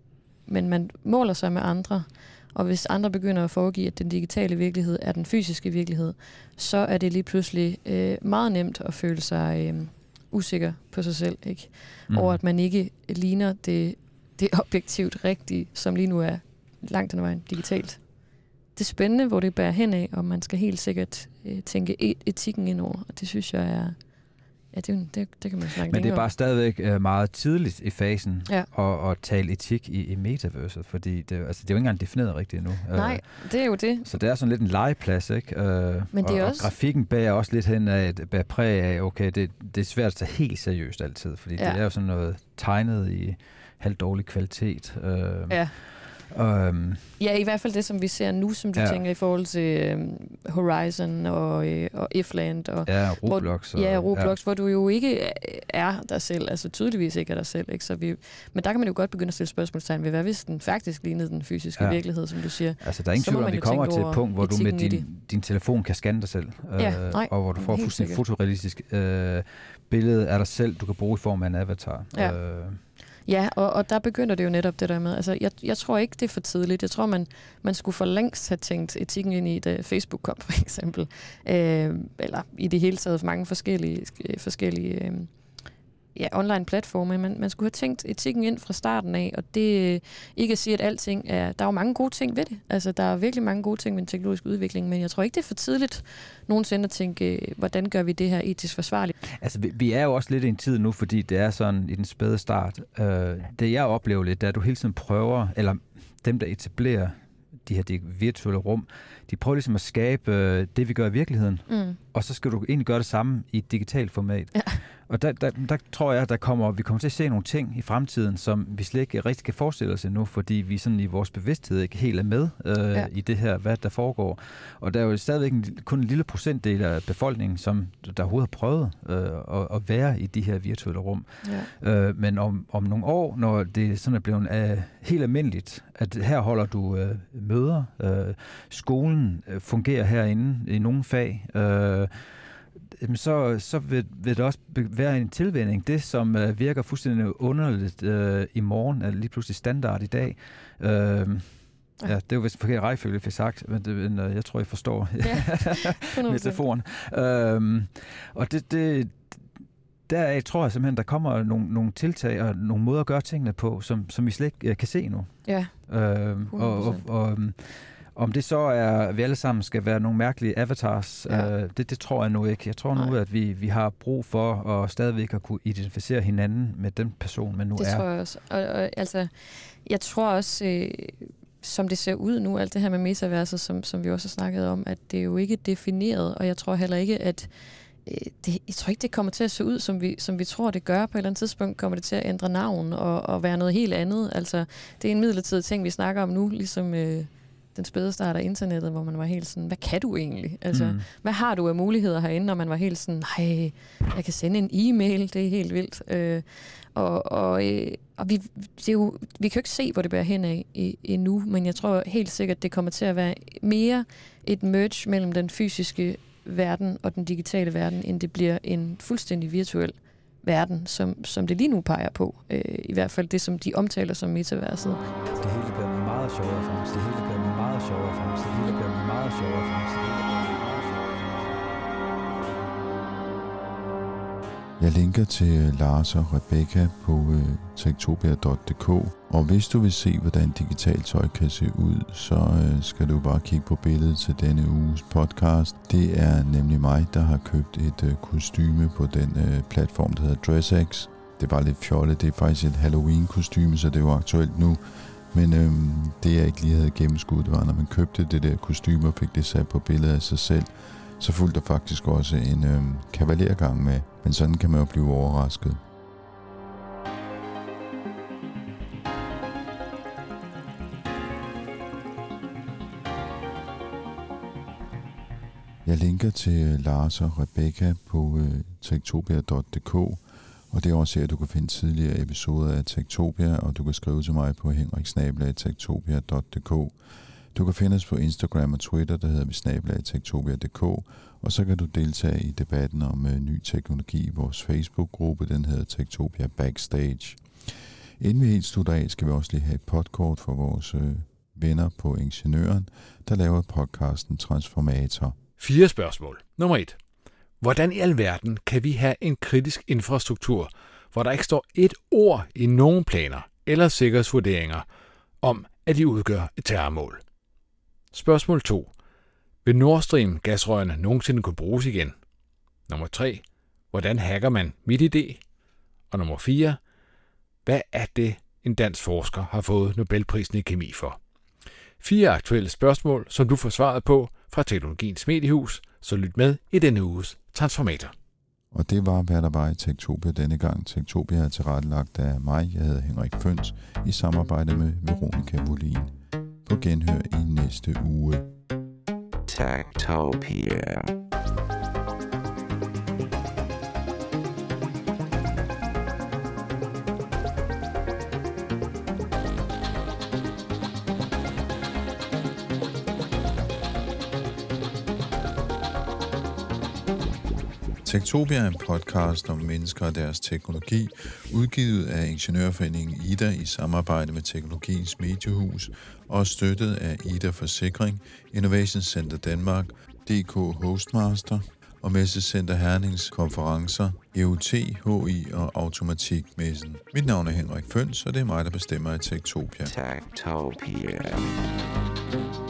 men man måler sig med andre, og hvis andre begynder at foregive, at den digitale virkelighed er den fysiske virkelighed, så er det lige pludselig øh, meget nemt at føle sig øh, usikker på sig selv, ikke? Mm. Over at man ikke ligner det det er objektivt rigtigt, som lige nu er langt hen ad vejen digitalt. Det er spændende, hvor det bærer hen af, og man skal helt sikkert øh, tænke et- etikken ind over, og det synes jeg er, ja, det, det, det kan man snakke Men det er om. bare stadigvæk øh, meget tidligt i fasen ja. at, at tale etik i, i metaverset, fordi det, altså, det er jo ikke engang defineret rigtigt endnu. Nej, øh, det er jo det. Så det er sådan lidt en legeplads, ikke? Øh, Men det er og, også... og grafikken bærer også lidt hen af, bærer præg af, okay, det, det er svært at tage helt seriøst altid, fordi ja. det er jo sådan noget tegnet i halvt dårlig kvalitet. Øh, ja. Um, ja, i hvert fald det, som vi ser nu, som du ja. tænker i forhold til um, Horizon og, øh, og Ifland. Og, ja, Roblox. Hvor, ja, Roblox, ja. hvor du jo ikke er dig selv, altså tydeligvis ikke er dig selv. Ikke? Så vi, men der kan man jo godt begynde at stille spørgsmålstegn ved, hvad hvis den faktisk lignede den fysiske ja. virkelighed, som du siger. Altså, der er ingen tvivl om, vi kommer til et punkt, hvor du med din, din telefon kan scanne dig selv, ja, øh, nej, og hvor du får fuldstændig fotorealistisk øh, billede af dig selv, du kan bruge i form af en avatar. Ja. Øh, Ja, og, og der begynder det jo netop det der med, altså jeg, jeg tror ikke, det er for tidligt. Jeg tror, man, man skulle for længst have tænkt etikken ind i, da Facebook kom, for eksempel. Øh, eller i det hele taget mange forskellige, forskellige øh, ja, online-platforme. Man, man skulle have tænkt etikken ind fra starten af, og det ikke at sige, at alting er... Der er jo mange gode ting ved det. Altså, der er virkelig mange gode ting med den teknologiske udvikling, men jeg tror ikke, det er for tidligt nogensinde at tænke, hvordan gør vi det her etisk forsvarligt? Altså, vi, vi er jo også lidt i en tid nu, fordi det er sådan i den spæde start. Øh, det jeg oplever lidt, det er, at du hele tiden prøver, eller dem, der etablerer de her de virtuelle rum, de prøver ligesom at skabe øh, det, vi gør i virkeligheden, mm. og så skal du egentlig gøre det samme i et digitalt format. Ja. Og der, der, der tror jeg, at der kommer, vi kommer til at se nogle ting i fremtiden, som vi slet ikke rigtig kan forestille os endnu, fordi vi sådan i vores bevidsthed ikke helt er med øh, ja. i det her, hvad der foregår. Og der er jo stadigvæk en, kun en lille procentdel af befolkningen, som der overhovedet har prøvet øh, at, at være i de her virtuelle rum. Ja. Øh, men om, om nogle år, når det sådan er blevet uh, helt almindeligt, at her holder du øh, møder, øh, skolen øh, fungerer herinde i nogle fag, øh, så, så vil, vil det også være en tilvænning. Det, som øh, virker fuldstændig underligt øh, i morgen, er lige pludselig standard i dag. Øh, ja. ja, det er jo vist en forkert rækkefølge, jeg fik sagt, men, det, men øh, jeg tror, jeg forstår ja. metaforen. Øh, og det, det der jeg tror jeg simpelthen, der kommer nogle, nogle tiltag og nogle måder at gøre tingene på, som, som vi slet ikke øh, kan se nu. Ja, øh, og, og, og om det så er, at vi alle sammen skal være nogle mærkelige avatars, ja. øh, det, det tror jeg nu ikke. Jeg tror nu, Nej. at vi, vi har brug for at stadigvæk at kunne identificere hinanden med den person, man nu det er. Det tror jeg også. Og, og altså, jeg tror også, øh, som det ser ud nu, alt det her med metaverset, som, som vi også har snakket om, at det er jo ikke defineret, og jeg tror heller ikke, at Det, jeg tror ikke, det kommer til at se ud, som vi, som vi tror, det gør. På et eller andet tidspunkt kommer det til at ændre navn og, og være noget helt andet. Altså, det er en midlertidig ting, vi snakker om nu, ligesom øh, den spæde start af internettet, hvor man var helt sådan, hvad kan du egentlig? Altså, Mm. hvad har du af muligheder herinde, når man var helt sådan, nej, jeg kan sende en e-mail, det er helt vildt. Øh, og og, øh, og vi, det er jo, vi kan jo ikke se, hvor det bærer hen af i, endnu, men jeg tror helt sikkert, det kommer til at være mere et merge mellem den fysiske verden og den digitale verden, end det bliver en fuldstændig virtuel verden, som, som det lige nu peger på. Øh, I hvert fald det, som de omtaler som metaverset. Det hele bliver meget sjovere for os. Det hele bliver meget sjovere for os. Det hele bliver meget sjovere for os. Jeg linker til Lars og Rebecca på øh, techtopia punktum d k, og hvis du vil se, hvordan digitalt tøj kan se ud, så øh, skal du bare kigge på billedet til denne uges podcast. Det er nemlig mig, der har købt et øh, kostyme på den øh, platform, der hedder DressX. Det var lidt fjollet, det er faktisk et Halloween-kostyme, så det er jo aktuelt nu. Men øh, det jeg ikke lige havde gennemskuddet var, når man købte det der kostyme og fik det sat på billedet af sig selv, så fulgte der faktisk også en øh, kavalergang med, men sådan kan man jo blive overrasket. Jeg linker til Lars og Rebecca på øh, techtopia punktum d k, og det er også her, at du kan finde tidligere episoder af Techtopia, og du kan skrive til mig på henrik snabel-a techtopia punktum d k. Du kan finde os på Instagram og Twitter, der hedder vi snabel-a techtopia punktum d k, og så kan du deltage i debatten om øh, ny teknologi i vores Facebook-gruppe, den hedder Techtopia Backstage. Inden vi helt slutter af, skal vi også lige have et podkort for vores øh, venner på Ingeniøren, der laver podcasten Transformator. Fire spørgsmål. Nummer et. Hvordan i alverden kan vi have en kritisk infrastruktur, hvor der ikke står et ord i nogen planer eller sikkerhedsvurderinger om, at de udgør et terrormål? Spørgsmål to. Vil Nord Stream gasrørene nogensinde kunne bruges igen? Nummer tre. Hvordan hacker man MitID? Og nummer fire. Hvad er det, en dansk forsker har fået Nobelprisen i kemi for? Fire aktuelle spørgsmål, som du får svaret på fra Teknologiens Mediehus, så lyt med i denne uges Transformator. Og det var, hvad der var i Techtopia denne gang. Techtopia er tilrettelagt af mig, jeg hedder Henrik Føns, i samarbejde med Veronica Molin. På genhør i næste uge. Techtopia. Techtopia er en podcast om mennesker og deres teknologi, udgivet af Ingeniørforeningen Ida i samarbejde med Teknologiens Mediehus og støttet af Ida Forsikring, Innovation Center Danmark, D K Hostmaster og Messecenter Hernings konferencer, E U T, H I og Automatikmessen. Mit navn er Henrik Føns, og det er mig, der bestemmer i Techtopia. Techtopia.